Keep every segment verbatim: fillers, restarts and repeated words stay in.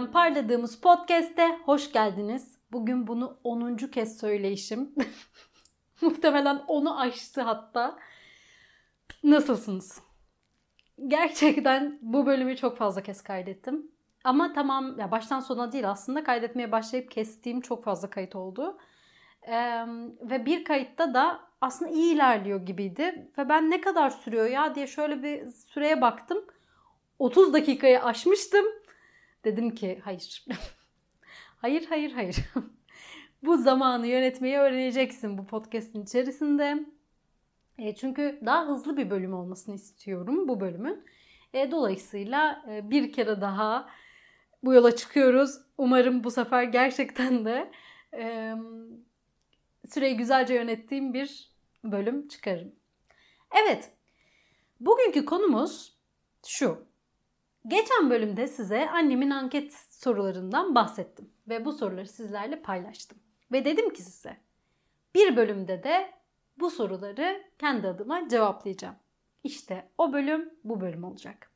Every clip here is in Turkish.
Yeniden parladığımız podcast'e hoş geldiniz. Bugün bunu onuncu kez söyleyişim. Muhtemelen onu aştı hatta. Nasılsınız? Gerçekten bu bölümü çok fazla kez kaydettim. Ama tamam ya baştan sona değil aslında kaydetmeye başlayıp kestiğim çok fazla kayıt oldu. Ee, ve bir kayıtta da aslında iyi ilerliyor gibiydi. Ve ben ne kadar sürüyor ya diye şöyle bir süreye baktım. otuz dakikayı aşmıştım. Dedim ki hayır. hayır, hayır, hayır. Bu zamanı yönetmeyi öğreneceksin bu podcast'in içerisinde. E, çünkü daha hızlı bir bölüm olmasını istiyorum bu bölümün. E, dolayısıyla e, bir kere daha bu yola çıkıyoruz. Umarım bu sefer gerçekten de e, süreyi güzelce yönettiğim bir bölüm çıkarırım. Evet, bugünkü konumuz şu. Geçen bölümde size annemin anket sorularından bahsettim. Ve bu soruları sizlerle paylaştım. Ve dedim ki size bir bölümde de bu soruları kendi adıma cevaplayacağım. İşte o bölüm bu bölüm olacak.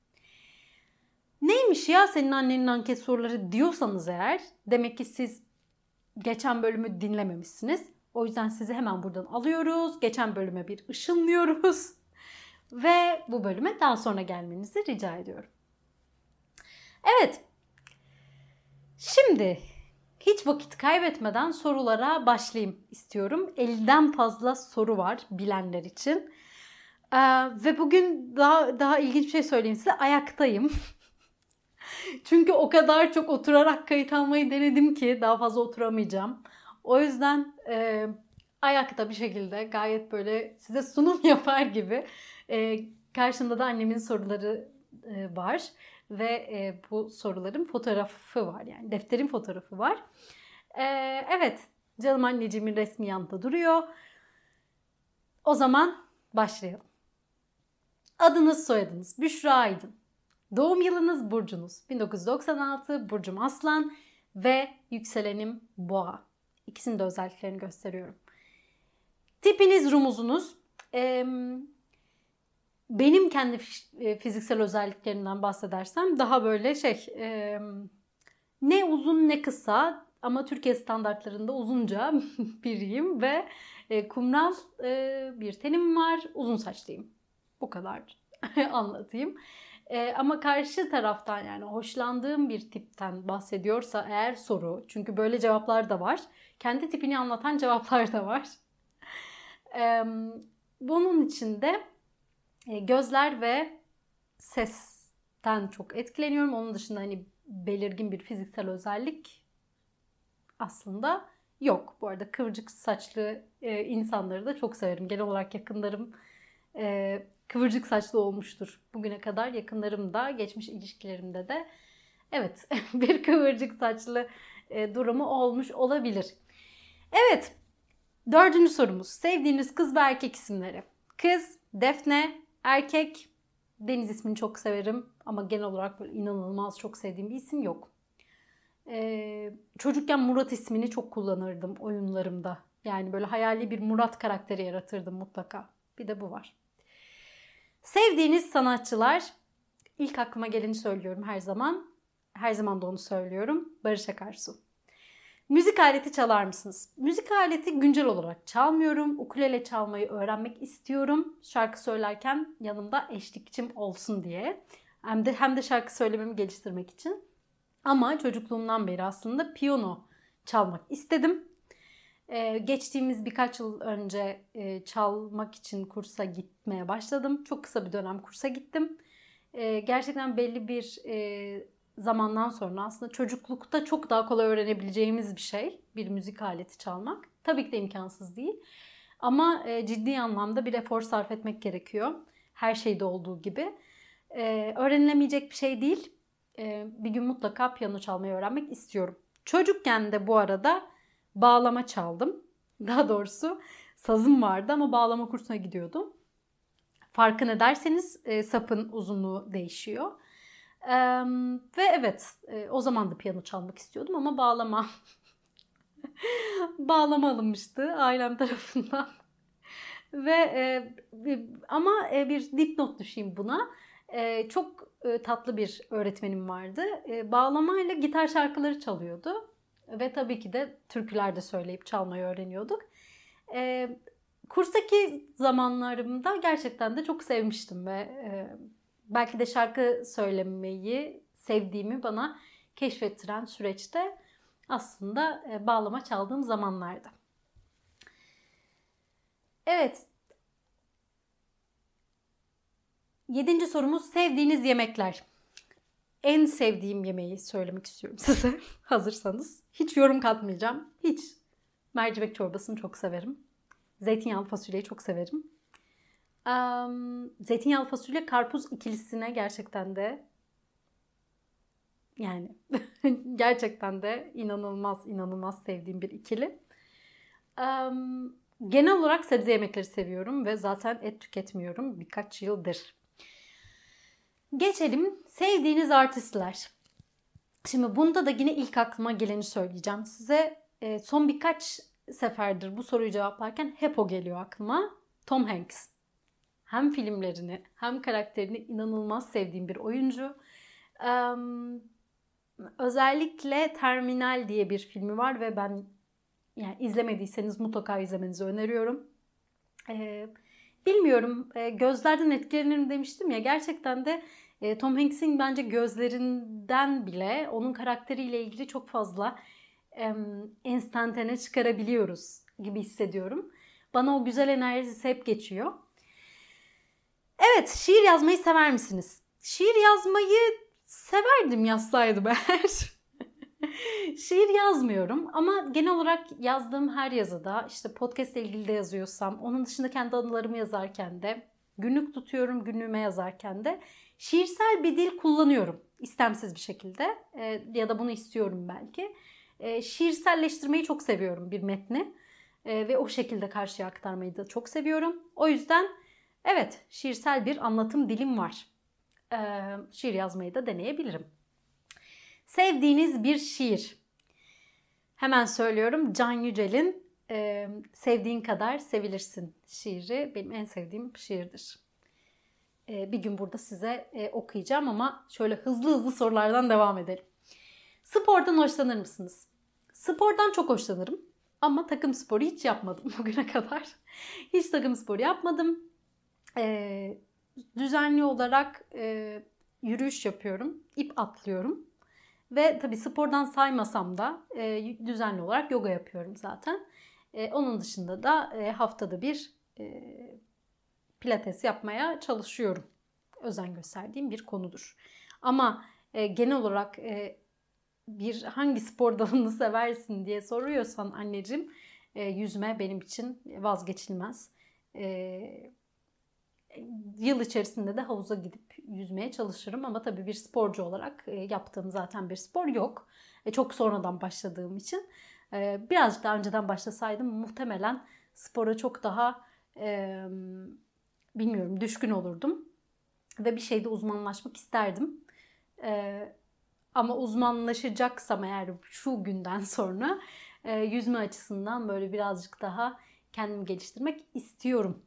Neymiş ya senin annenin anket soruları diyorsanız eğer demek ki siz geçen bölümü dinlememişsiniz. O yüzden sizi hemen buradan alıyoruz. Geçen bölüme bir ışınlıyoruz. Ve bu bölüme daha sonra gelmenizi rica ediyorum. Evet. Şimdi hiç vakit kaybetmeden sorulara başlayayım istiyorum. ellinden fazla soru var bilenler için. Ee, ve bugün daha daha ilginç bir şey söyleyeyim size. Ayaktayım. Çünkü o kadar çok oturarak kayıt almayı denedim ki daha fazla oturamayacağım. O yüzden e, ayakta bir şekilde gayet böyle size sunum yapar gibi e, karşımda da annemin soruları e, var. Ve e, bu soruların fotoğrafı var. Yani defterin fotoğrafı var. E, evet, canım anneciğimin resmi yanında duruyor. O zaman başlayalım. Adınız, soyadınız Büşra Aydın. Doğum yılınız, burcunuz bin dokuz yüz doksan altı, burcum Aslan ve yükselenim Boğa. İkisinin de özelliklerini gösteriyorum. Tipiniz, rumuzunuz. Eee... Benim kendi fiziksel özelliklerimden bahsedersem daha böyle şey e, ne uzun ne kısa ama Türkiye standartlarında uzunca biriyim ve e, kumral e, bir tenim var, uzun saçlıyım. Bu kadar anlatayım. E, ama karşı taraftan yani hoşlandığım bir tipten bahsediyorsa eğer soru, çünkü böyle cevaplar da var. Kendi tipini anlatan cevaplar da var. E, bunun için de gözler ve sesten çok etkileniyorum. Onun dışında hani belirgin bir fiziksel özellik aslında yok. Bu arada kıvırcık saçlı e, insanları da çok severim. Genel olarak yakınlarım e, kıvırcık saçlı olmuştur. Bugüne kadar yakınlarım da geçmiş ilişkilerimde de evet bir kıvırcık saçlı e, durumu olmuş olabilir. Evet, dördüncü sorumuz. Sevdiğiniz kız ve erkek isimleri. Kız Defne, erkek Deniz ismini çok severim ama genel olarak böyle inanılmaz çok sevdiğim bir isim yok. Ee, çocukken Murat ismini çok kullanırdım oyunlarımda. Yani böyle hayali bir Murat karakteri yaratırdım mutlaka. Bir de bu var. Sevdiğiniz sanatçılar, ilk aklıma geleni söylüyorum her zaman. Her zaman da onu söylüyorum. Barış Akarsu. Müzik aleti çalar mısınız? Müzik aleti güncel olarak çalmıyorum. Ukulele çalmayı öğrenmek istiyorum. Şarkı söylerken yanımda eşlikçim olsun diye. Hem de, hem de şarkı söylememi geliştirmek için. Ama çocukluğumdan beri aslında piyano çalmak istedim. Ee, geçtiğimiz birkaç yıl önce e, çalmak için kursa gitmeye başladım. Çok kısa bir dönem kursa gittim. Ee, gerçekten belli bir e, zamandan sonra aslında çocuklukta çok daha kolay öğrenebileceğimiz bir şey. Bir müzik aleti çalmak. Tabii ki de imkansız değil. Ama e, ciddi anlamda bir efor sarf etmek gerekiyor. Her şeyde olduğu gibi. E, öğrenilemeyecek bir şey değil. E, bir gün mutlaka piyano çalmayı öğrenmek istiyorum. Çocukken de bu arada bağlama çaldım. Daha doğrusu sazım vardı ama bağlama kursuna gidiyordum. Farkı ne derseniz e, sapın uzunluğu değişiyor. Ee, ve evet e, o zaman da piyano çalmak istiyordum ama bağlama bağlama alınmıştı ailem tarafından ve e, ama e, bir dipnot düşeyim buna. E, çok e, tatlı bir öğretmenim vardı. E, bağlamayla gitar şarkıları çalıyordu. Ve tabii ki de türküler de söyleyip çalmayı öğreniyorduk. E, kurstaki zamanlarımda gerçekten de çok sevmiştim ve e, belki de şarkı söylemeyi sevdiğimi bana keşfettiren süreçte aslında e, bağlama çaldığım zamanlardı. Evet. Yedinci sorumuz sevdiğiniz yemekler. En sevdiğim yemeği söylemek istiyorum size hazırsanız. Hiç yorum katmayacağım. Hiç. Mercimek çorbasını çok severim. Zeytinyağlı fasulyeyi çok severim. Um, zeytinyağlı fasulye karpuz ikilisine gerçekten de yani gerçekten de inanılmaz inanılmaz sevdiğim bir ikili. Um, genel olarak sebze yemekleri seviyorum ve zaten et tüketmiyorum birkaç yıldır. Geçelim sevdiğiniz artistler. Şimdi bunda da yine ilk aklıma geleni söyleyeceğim size. E, son birkaç seferdir bu soruyu cevaplarken hep o geliyor aklıma. Tom Hanks. Hem filmlerini hem karakterini inanılmaz sevdiğim bir oyuncu. Ee, özellikle Terminal diye bir filmi var ve ben yani izlemediyseniz mutlaka izlemenizi öneriyorum. Ee, bilmiyorum e, gözlerden etkilenirim demiştim ya, gerçekten de e, Tom Hanks'in bence gözlerinden bile onun karakteriyle ilgili çok fazla e, enstantane çıkarabiliyoruz gibi hissediyorum. Bana o güzel enerjisi hep geçiyor. Evet, şiir yazmayı sever misiniz? Şiir yazmayı severdim yazsaydım eğer. Şiir yazmıyorum ama genel olarak yazdığım her yazıda, işte podcast ile ilgili de yazıyorsam, onun dışında kendi anılarımı yazarken de, günlük tutuyorum günlüğüme yazarken de şiirsel bir dil kullanıyorum istemsiz bir şekilde e, ya da bunu istiyorum belki. E, şiirselleştirmeyi çok seviyorum bir metni e, ve o şekilde karşıya aktarmayı da çok seviyorum. O yüzden evet, şiirsel bir anlatım dilim var. Ee, şiir yazmayı da deneyebilirim. Sevdiğiniz bir şiir. Hemen söylüyorum. Can Yücel'in e, Sevdiğin Kadar Sevilirsin şiiri benim en sevdiğim şiirdir. E, bir gün burada size e, okuyacağım ama şöyle hızlı hızlı sorulardan devam edelim. Spordan hoşlanır mısınız? Spordan çok hoşlanırım ama takım sporu hiç yapmadım bugüne kadar. Hiç takım sporu yapmadım. E, düzenli olarak e, yürüyüş yapıyorum, ip atlıyorum ve tabii spordan saymasam da e, düzenli olarak yoga yapıyorum zaten. E, onun dışında da e, haftada bir e, pilates yapmaya çalışıyorum. Özen gösterdiğim bir konudur. Ama e, genel olarak e, bir hangi spor dalını seversin diye soruyorsan anneciğim, e, yüzme benim için vazgeçilmez. E, Yıl içerisinde de havuza gidip yüzmeye çalışırım ama tabii bir sporcu olarak yaptığım zaten bir spor yok. Çok sonradan başladığım için birazcık daha önceden başlasaydım muhtemelen spora çok daha bilmiyorum düşkün olurdum ve bir şeyde uzmanlaşmak isterdim. Ama uzmanlaşacaksam eğer şu günden sonra yüzme açısından böyle birazcık daha kendimi geliştirmek istiyorum.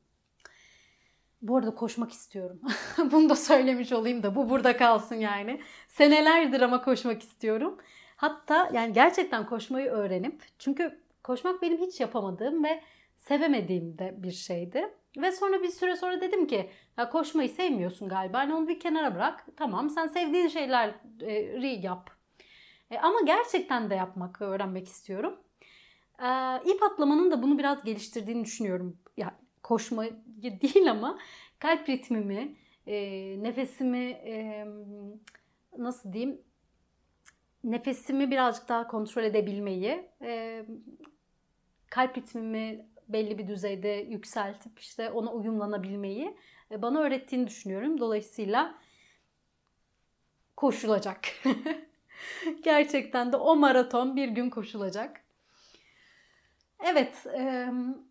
Bu arada koşmak istiyorum. Bunu da söylemiş olayım da bu burada kalsın yani. Senelerdir ama koşmak istiyorum. Hatta yani gerçekten koşmayı öğrenip, çünkü koşmak benim hiç yapamadığım ve sevemediğim de bir şeydi. Ve sonra bir süre sonra dedim ki ya koşmayı sevmiyorsun galiba. Yani onu bir kenara bırak. Tamam, sen sevdiğin şeyleri yap. E, ama gerçekten de yapmak ve öğrenmek istiyorum. E, ip atlamanın da bunu biraz geliştirdiğini düşünüyorum. Ya koşma değil ama kalp ritmimi, e, nefesimi e, nasıl diyeyim, nefesimi birazcık daha kontrol edebilmeyi, e, kalp ritmimi belli bir düzeyde yükseltip işte ona uyumlanabilmeyi e, bana öğrettiğini düşünüyorum. Dolayısıyla koşulacak. Gerçekten de o maraton bir gün koşulacak. Evet. E,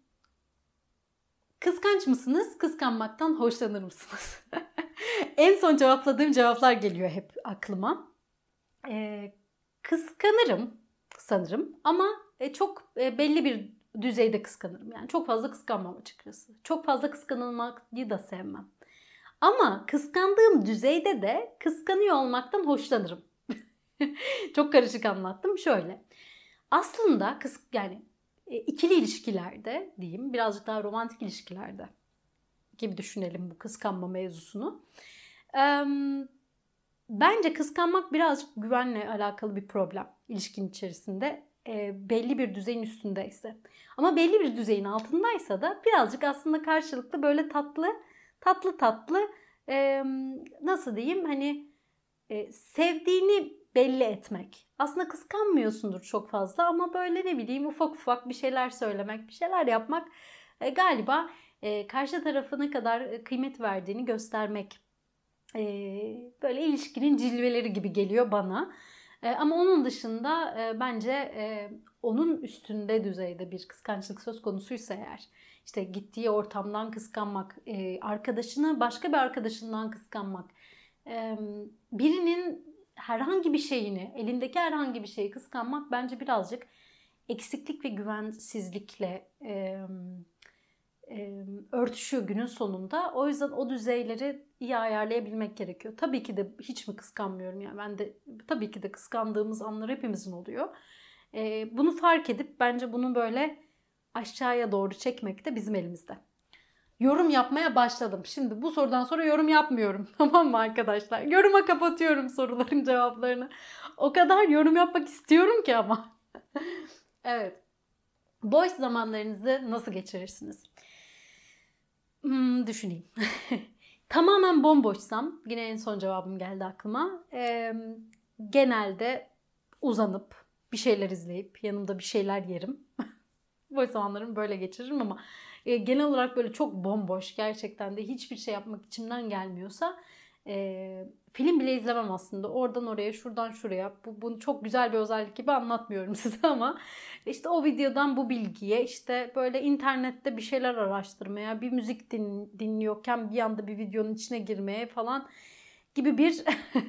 Kıskanç mısınız? Kıskanmaktan hoşlanır mısınız? En son cevapladığım cevaplar geliyor hep aklıma. Ee, kıskanırım sanırım ama e, çok e, belli bir düzeyde kıskanırım. Yani çok fazla kıskanmam açıkçası. Çok fazla kıskanılmayı da sevmem. Ama kıskandığım düzeyde de kıskanıyor olmaktan hoşlanırım. Çok karışık anlattım. Şöyle. Aslında kıs yani ikili ilişkilerde diyeyim, birazcık daha romantik ilişkilerde gibi düşünelim bu kıskanma mevzusunu. Ee, bence kıskanmak birazcık güvenle alakalı bir problem ilişkin içerisinde. E, belli bir düzeyin üstündeyse. Ama belli bir düzeyin altındaysa da birazcık aslında karşılıklı böyle tatlı tatlı tatlı e, nasıl diyeyim hani e, sevdiğini belli etmek. Aslında kıskanmıyorsundur çok fazla ama böyle ne bileyim ufak ufak bir şeyler söylemek, bir şeyler yapmak e, galiba e, karşı tarafı ne kadar kıymet verdiğini göstermek. E, böyle ilişkinin cilveleri gibi geliyor bana. E, ama onun dışında e, bence e, onun üstünde düzeyde bir kıskançlık söz konusuysa eğer, işte gittiği ortamdan kıskanmak, e, arkadaşını başka bir arkadaşından kıskanmak, e, birinin herhangi bir şeyini, elindeki herhangi bir şeyi kıskanmak bence birazcık eksiklik ve güvensizlikle e, e, örtüşüyor günün sonunda. O yüzden o düzeyleri iyi ayarlayabilmek gerekiyor. Tabii ki de hiç mi kıskanmıyorum yani, ben de tabii ki de kıskandığımız anlar hepimizin oluyor. E, bunu fark edip bence bunu böyle aşağıya doğru çekmek de bizim elimizde. Yorum yapmaya başladım. Şimdi bu sorudan sonra yorum yapmıyorum. Tamam mı arkadaşlar? Yoruma kapatıyorum soruların cevaplarını. O kadar yorum yapmak istiyorum ki ama. Evet. Boş zamanlarınızı nasıl geçirirsiniz? Hmm, düşüneyim. Tamamen bomboşsam, yine en son cevabım geldi aklıma. Ee, genelde uzanıp bir şeyler izleyip yanımda bir şeyler yerim. Boş zamanlarımı böyle geçiririm ama e, genel olarak böyle çok bomboş, gerçekten de hiçbir şey yapmak içimden gelmiyorsa e, film bile izlemem aslında. Oradan oraya, şuradan şuraya. Bu, bunu çok güzel bir özellik gibi anlatmıyorum size ama işte o videodan bu bilgiye, işte böyle internette bir şeyler araştırmaya, bir müzik din, dinliyorken bir anda bir videonun içine girmeye falan gibi bir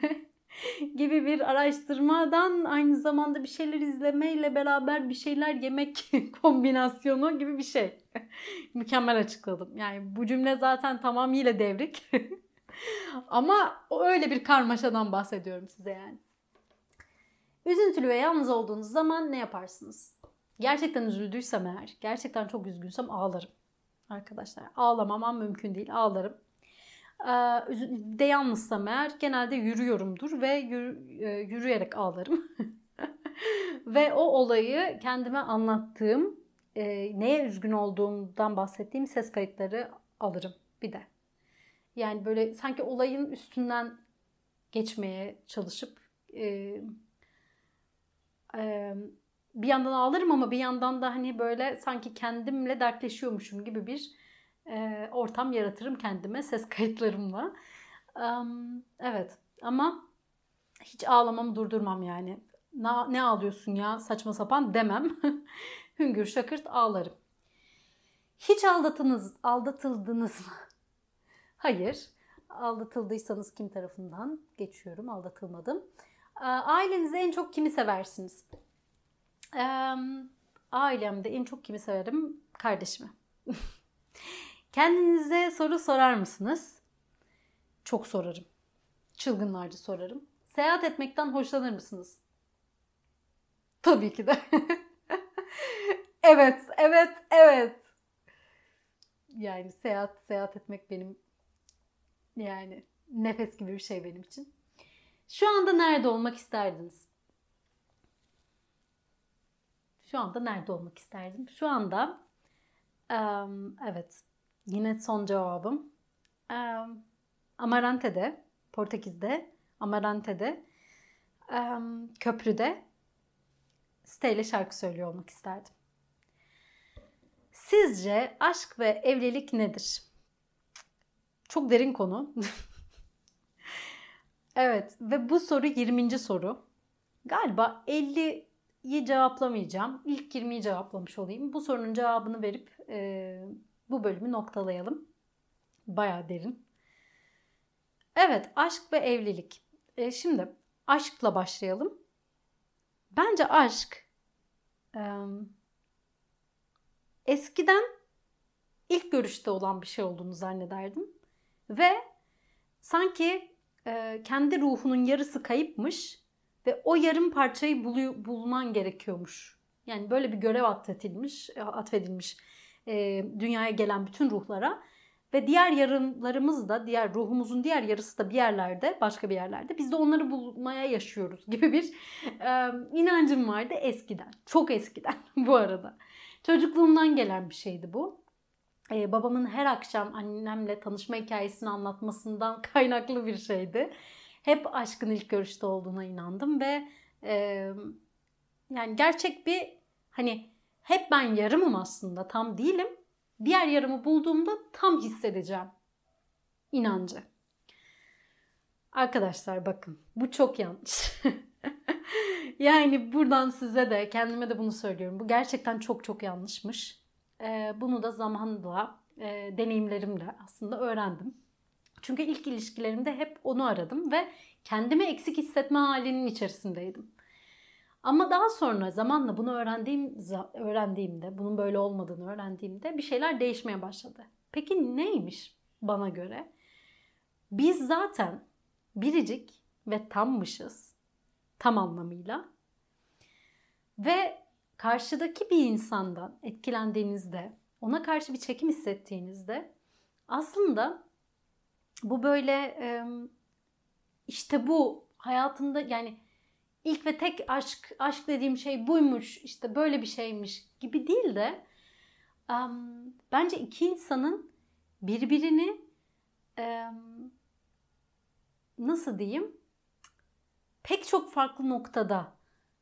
gibi bir araştırmadan aynı zamanda bir şeyler izlemeyle beraber bir şeyler yemek kombinasyonu gibi bir şey. Mükemmel açıkladım. Yani bu cümle zaten tamamıyla devrik. Ama o öyle bir karmaşadan bahsediyorum size yani. Üzüntülü ve yalnız olduğunuz zaman ne yaparsınız? Gerçekten üzüldüysem eğer, gerçekten çok üzgünsem ağlarım. Arkadaşlar ağlamamam mümkün değil, ağlarım. De yalnızsam eğer genelde yürüyorumdur ve yürü, yürüyerek ağlarım. Ve o olayı kendime anlattığım, e, neye üzgün olduğumdan bahsettiğim ses kayıtları alırım bir de. Yani böyle sanki olayın üstünden geçmeye çalışıp e, e, bir yandan ağlarım ama bir yandan da hani böyle sanki kendimle dertleşiyormuşum gibi bir e, ortam yaratırım kendime ses kayıtlarımla. Um, evet ama hiç ağlamamı durdurmam yani. Na, ne ağlıyorsun ya saçma sapan demem. Hüngür şakırt ağlarım. Hiç aldatınız, aldatıldınız mı? Hayır. Aldatıldıysanız kim tarafından? Geçiyorum, aldatılmadım. Ailenizde en çok kimi seversiniz? Ailemde en çok kimi severim? Kardeşimi. Kendinize soru sorar mısınız? Çok sorarım. Çılgınlarca sorarım. Seyahat etmekten hoşlanır mısınız? Tabii ki de. Evet, evet, evet. Yani seyahat, seyahat etmek benim yani nefes gibi bir şey benim için. Şu anda nerede olmak isterdiniz? Şu anda nerede olmak isterdim? Şu anda um, evet, yine son cevabım. Um, Amarante'de, Portekiz'de, Amarante'de, um, köprüde Steyle şarkı söylüyor olmak isterdim. Sizce aşk ve evlilik nedir? Çok derin konu. Evet ve bu soru yirminci soru. Galiba elliyi cevaplamayacağım. İlk yirmiyi cevaplamış olayım. Bu sorunun cevabını verip e, bu bölümü noktalayalım. Bayağı derin. Evet, aşk ve evlilik. E, şimdi aşkla başlayalım. Bence aşk e, eskiden ilk görüşte olan bir şey olduğunu zannederdim. Ve Sanki e, kendi ruhunun yarısı kayıpmış ve o yarım parçayı buluyor, bulman gerekiyormuş. Yani böyle bir görev atfedilmiş, atfedilmiş e, dünyaya gelen bütün ruhlara. Ve diğer yarımlarımız da, diğer ruhumuzun diğer yarısı da bir yerlerde, başka bir yerlerde. Biz de onları bulmaya yaşıyoruz gibi bir e, inancım vardı eskiden. Çok eskiden bu arada. Çocukluğumdan gelen bir şeydi bu. Ee, babamın her akşam annemle tanışma hikayesini anlatmasından kaynaklı bir şeydi. Hep aşkın ilk görüşte olduğuna inandım ve e, yani gerçek bir hani hep ben yarımım aslında, tam değilim. Diğer yarımı bulduğumda tam hissedeceğim inancı. Arkadaşlar bakın, bu çok yanlış. Yani buradan size de kendime de bunu söylüyorum. Bu gerçekten çok çok yanlışmış. Ee, bunu da zamanla, e, deneyimlerimle aslında öğrendim. Çünkü ilk ilişkilerimde hep onu aradım ve kendimi eksik hissetme halinin içerisindeydim. Ama daha sonra zamanla bunu öğrendiğim öğrendiğimde, bunun böyle olmadığını öğrendiğimde bir şeyler değişmeye başladı. Peki neymiş bana göre? Biz zaten biricik ve tammışız. Tam anlamıyla. Ve karşıdaki bir insandan etkilendiğinizde, ona karşı bir çekim hissettiğinizde aslında bu böyle işte bu hayatında, yani ilk ve tek aşk, aşk dediğim şey buymuş, işte böyle bir şeymiş gibi değil de bence iki insanın birbirini nasıl diyeyim, pek çok farklı noktada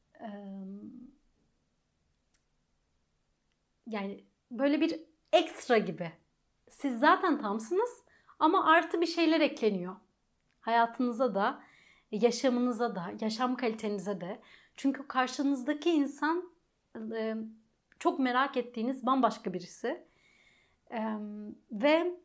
yani böyle bir ekstra gibi. Siz zaten tamsınız ama artı bir şeyler ekleniyor. Hayatınıza da, yaşamınıza da, yaşam kalitenize de. Çünkü karşınızdaki insan çok merak ettiğiniz bambaşka birisi. Ve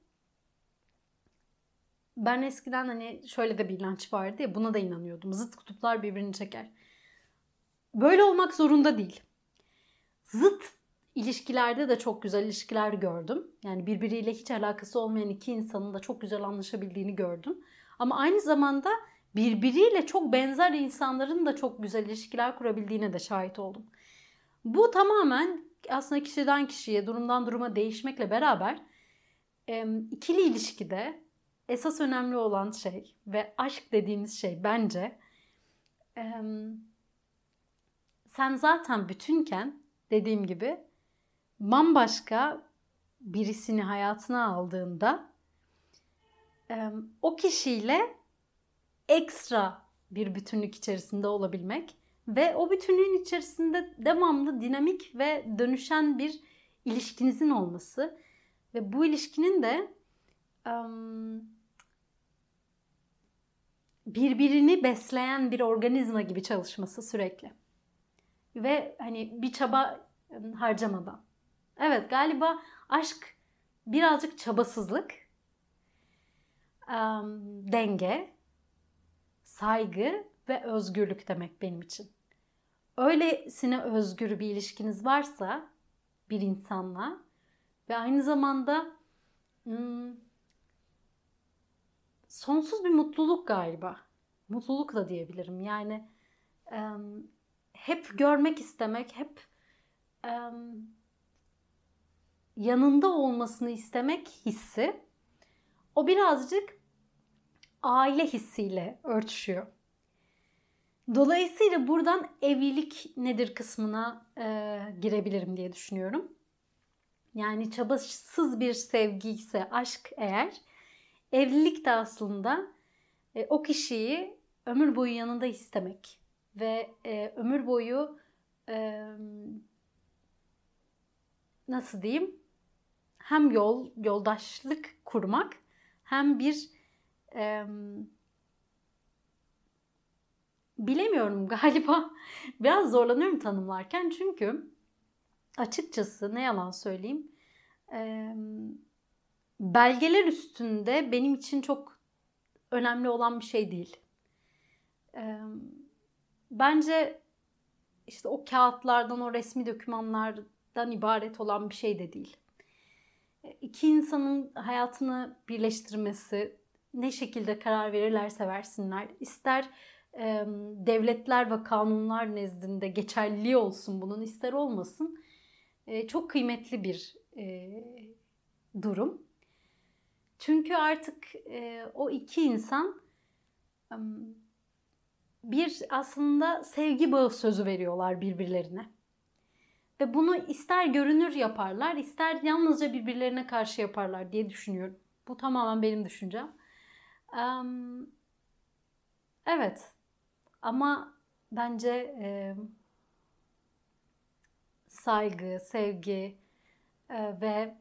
ben eskiden hani şöyle de bir inanç vardı ya, buna da inanıyordum. Zıt kutuplar birbirini çeker. Böyle olmak zorunda değil. Zıt ilişkilerde de çok güzel ilişkiler gördüm. Yani birbiriyle hiç alakası olmayan iki insanın da çok güzel anlaşabildiğini gördüm. Ama aynı zamanda birbiriyle çok benzer insanların da çok güzel ilişkiler kurabildiğine de şahit oldum. Bu tamamen aslında kişiden kişiye, durumdan duruma değişmekle beraber ikili ilişkide esas önemli olan şey ve aşk dediğimiz şey bence sen zaten bütünken, dediğim gibi, bambaşka birisini hayatına aldığında o kişiyle ekstra bir bütünlük içerisinde olabilmek ve o bütünlüğün içerisinde devamlı dinamik ve dönüşen bir ilişkinizin olması ve bu ilişkinin de birbirini besleyen bir organizma gibi çalışması sürekli. Ve hani bir çaba harcamadan. Evet, galiba aşk birazcık çabasızlık, denge, saygı ve özgürlük demek benim için. Öylesine özgür bir ilişkiniz varsa bir insanla ve aynı zamanda sonsuz bir mutluluk galiba. Mutluluk da diyebilirim. Yani hep görmek istemek, hep yanında olmasını istemek hissi, o birazcık aile hissiyle örtüşüyor. Dolayısıyla buradan evlilik nedir kısmına e, girebilirim diye düşünüyorum. Yani çabasız bir sevgi ise aşk eğer, evlilik de aslında e, o kişiyi ömür boyu yanında istemek ve e, ömür boyu e, nasıl diyeyim, hem yol yoldaşlık kurmak hem bir e, bilemiyorum, galiba biraz zorlanıyorum tanımlarken, çünkü açıkçası ne yalan söyleyeyim, e, belgeler üstünde benim için çok önemli olan bir şey değil. E, bence işte o kağıtlardan, o resmi dokümanlardan ibaret olan bir şey de değil. İki insanın hayatını birleştirmesi ne şekilde karar verirlerse versinler, ister e, devletler ve kanunlar nezdinde geçerli olsun bunun, ister olmasın, e, çok kıymetli bir e, durum. Çünkü artık e, o iki insan e, bir aslında sevgi bağı sözü veriyorlar birbirlerine. Ve bunu ister görünür yaparlar, ister yalnızca birbirlerine karşı yaparlar diye düşünüyorum. Bu tamamen benim düşüncem. Um, evet. Ama bence e, saygı, sevgi e, ve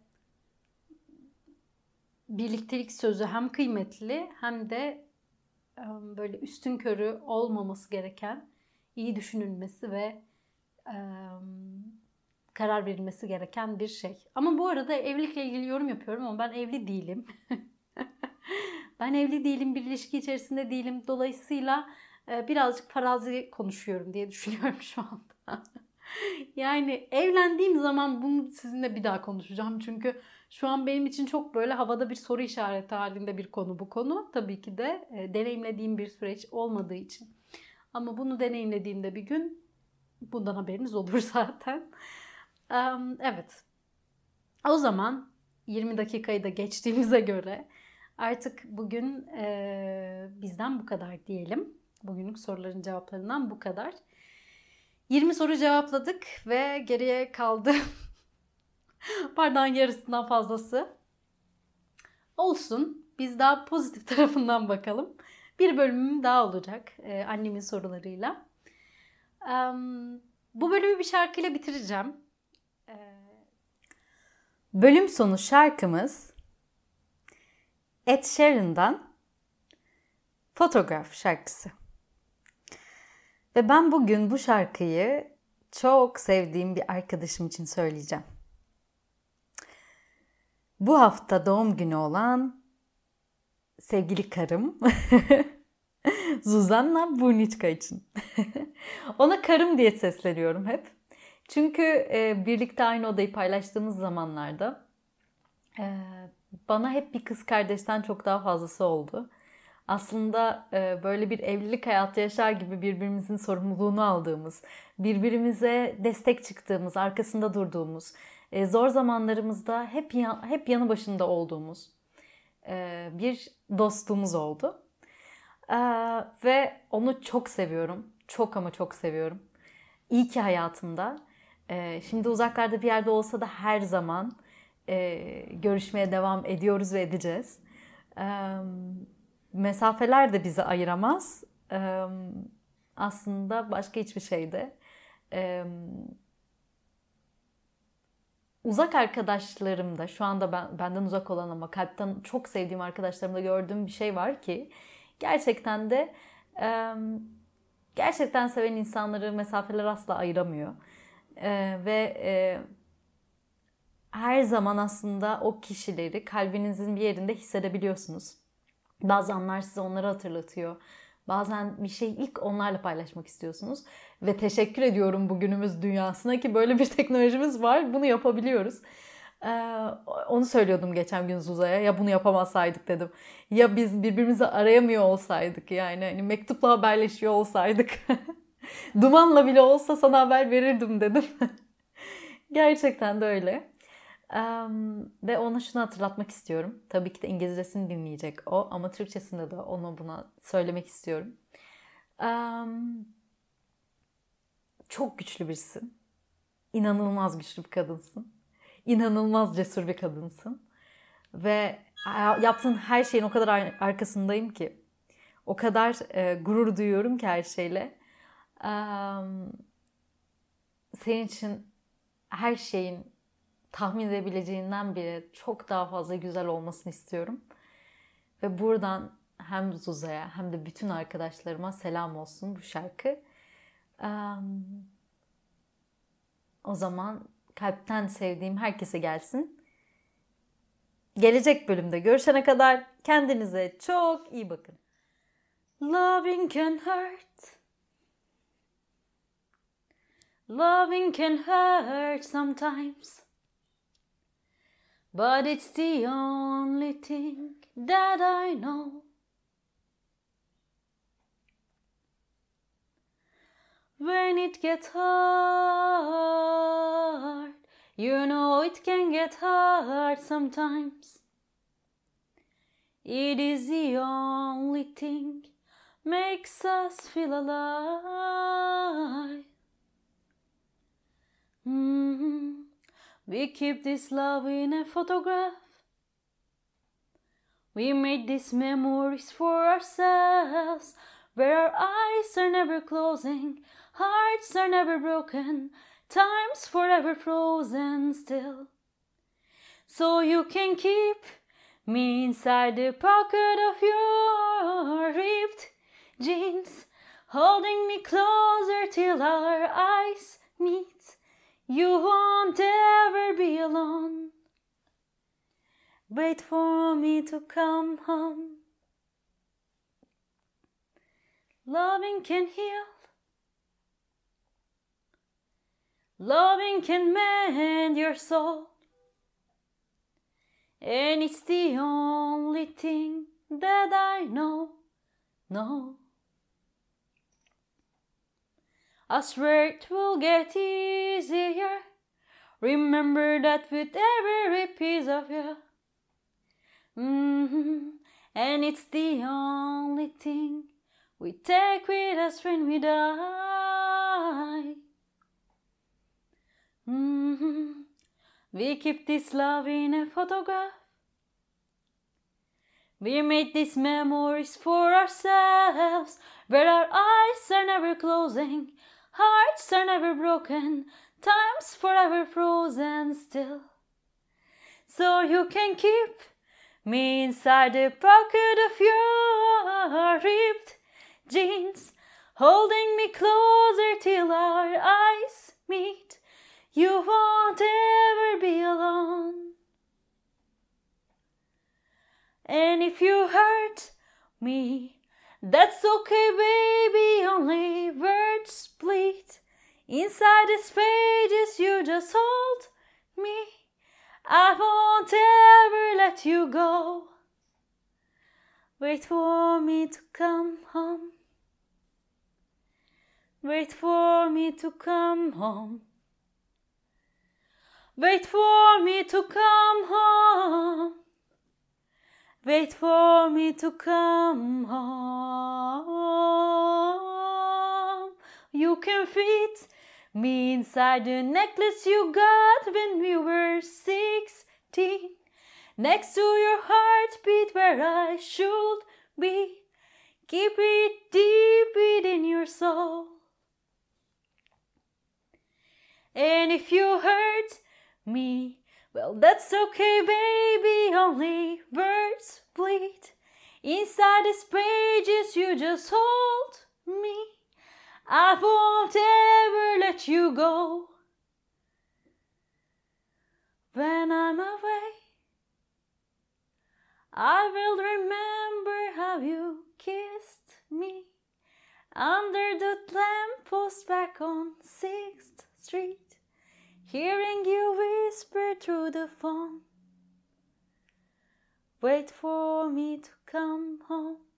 birliktelik sözü hem kıymetli hem de e, böyle üstünkörü olmaması gereken, iyi düşünülmesi ve e, karar verilmesi gereken bir şey. Ama bu arada evlilikle ilgili yorum yapıyorum ama ben evli değilim. Ben evli değilim, bir ilişki içerisinde değilim. Dolayısıyla e, birazcık farazi konuşuyorum diye düşünüyorum şu anda. Yani evlendiğim zaman bunu sizinle bir daha konuşacağım. Çünkü şu an benim için çok böyle havada bir soru işareti halinde bir konu bu konu. Tabii ki de e, deneyimlediğim bir süreç olmadığı için. Ama bunu deneyimlediğimde bir gün bundan haberiniz olur zaten. Um, evet. O zaman yirmi dakikayı da geçtiğimize göre artık bugün e, bizden bu kadar diyelim. Bugünlük soruların cevaplarından bu kadar. yirmi soru cevapladık ve geriye kaldı bardağın yarısından fazlası. Olsun. Biz daha pozitif tarafından bakalım. Bir bölümüm daha olacak e, annemin sorularıyla. Um, bu bölümü bir şarkıyla bitireceğim. E, Bölüm sonu şarkımız Ed Sheeran'dan Photograph şarkısı. Ve ben bugün bu şarkıyı çok sevdiğim bir arkadaşım için söyleyeceğim. Bu hafta doğum günü olan sevgili karım Zuzanna Burniczka için. Ona karım diye sesleniyorum hep. Çünkü e, birlikte aynı odayı paylaştığımız zamanlarda e, bana hep bir kız kardeşten çok daha fazlası oldu. Aslında e, böyle bir evlilik hayatı yaşar gibi birbirimizin sorumluluğunu aldığımız, birbirimize destek çıktığımız, arkasında durduğumuz, e, zor zamanlarımızda hep yan, hep yanı başında olduğumuz e, bir dostluğumuz oldu. E, ve onu çok seviyorum. Çok ama çok seviyorum. İyi ki hayatımda. E, şimdi uzaklarda bir yerde olsa da her zaman e, görüşmeye devam ediyoruz ve edeceğiz. E, mesafeler de bizi ayıramaz. E, aslında başka hiçbir şey de. E, uzak arkadaşlarım da, şu anda ben, benden uzak olan ama kalpten çok sevdiğim arkadaşlarımda gördüğüm bir şey var ki gerçekten de e, gerçekten seven insanları mesafeler asla ayıramıyor. E, ve e, her zaman aslında o kişileri kalbinizin bir yerinde hissedebiliyorsunuz. Bazı anlar size onları hatırlatıyor. Bazen bir şeyi ilk onlarla paylaşmak istiyorsunuz. Ve teşekkür ediyorum bugünümüz dünyasına ki böyle bir teknolojimiz var. Bunu yapabiliyoruz. Ee, onu söylüyordum geçen gün Zuza'ya. Ya bunu yapamasaydık dedim. Ya biz birbirimizi arayamıyor olsaydık yani. Hani mektupla haberleşiyor olsaydık. Dumanla bile olsa sana haber verirdim dedim. Gerçekten de öyle. Um, ve ona şunu hatırlatmak istiyorum. Tabii ki de İngilizcesini dinleyecek o ama Türkçesinde de ona buna söylemek istiyorum. Um, çok güçlü birisin. İnanılmaz güçlü bir kadınsın. İnanılmaz cesur bir kadınsın. Ve yaptığın her şeyin o kadar arkasındayım ki. O kadar e, gurur duyuyorum ki her şeyle. Um, senin için her şeyin tahmin edebileceğinden bile çok daha fazla güzel olmasını istiyorum. Ve buradan hem Zuza'ya hem de bütün arkadaşlarıma selam olsun bu şarkı. Um, o zaman kalpten sevdiğim herkese gelsin. Gelecek bölümde görüşene kadar kendinize çok iyi bakın. Loving can hurt. Loving can hurt sometimes. but it's the only thing that I know. When it gets hard, you know it can get hard sometimes. It is the only thing makes us feel alive. Mm-hmm. We keep this love in a photograph. We made these memories for ourselves, where our eyes are never closing, hearts are never broken, time's forever frozen still. So you can keep me inside the pocket of your ripped jeans, holding me closer till our eyes meet. You won't ever be alone. Wait for me to come home. Loving can heal. Loving can mend your soul. And it's the only thing that I know, know. I swear it will get easier. Remember that with every piece of you. Mm-hmm. And it's the only thing we take with us when we die. Mm-hmm. We keep this love in a photograph. We made these memories for ourselves, where our eyes are never closing, hearts are never broken, time's forever frozen still. So you can keep me inside the pocket of your ripped jeans, holding me closer till our eyes meet. You won't ever be alone. And if you hurt me, that's okay, baby, only words bleed. Inside these pages you just hold me. I won't ever let you go. Wait for me to come home. Wait for me to come home. Wait for me to come home. Wait for me to come home. You can fit me inside the necklace you got when we were sixteen. Next to your heartbeat where I should be. Keep it deep within your soul. And if you hurt me, well, that's okay, baby, only words bleed. Inside these pages you just hold me. I won't ever let you go. When I'm away, I will remember how you kissed me under the lamppost back on sixth street. Hearing you whisper through the phone. Wait for me to come home.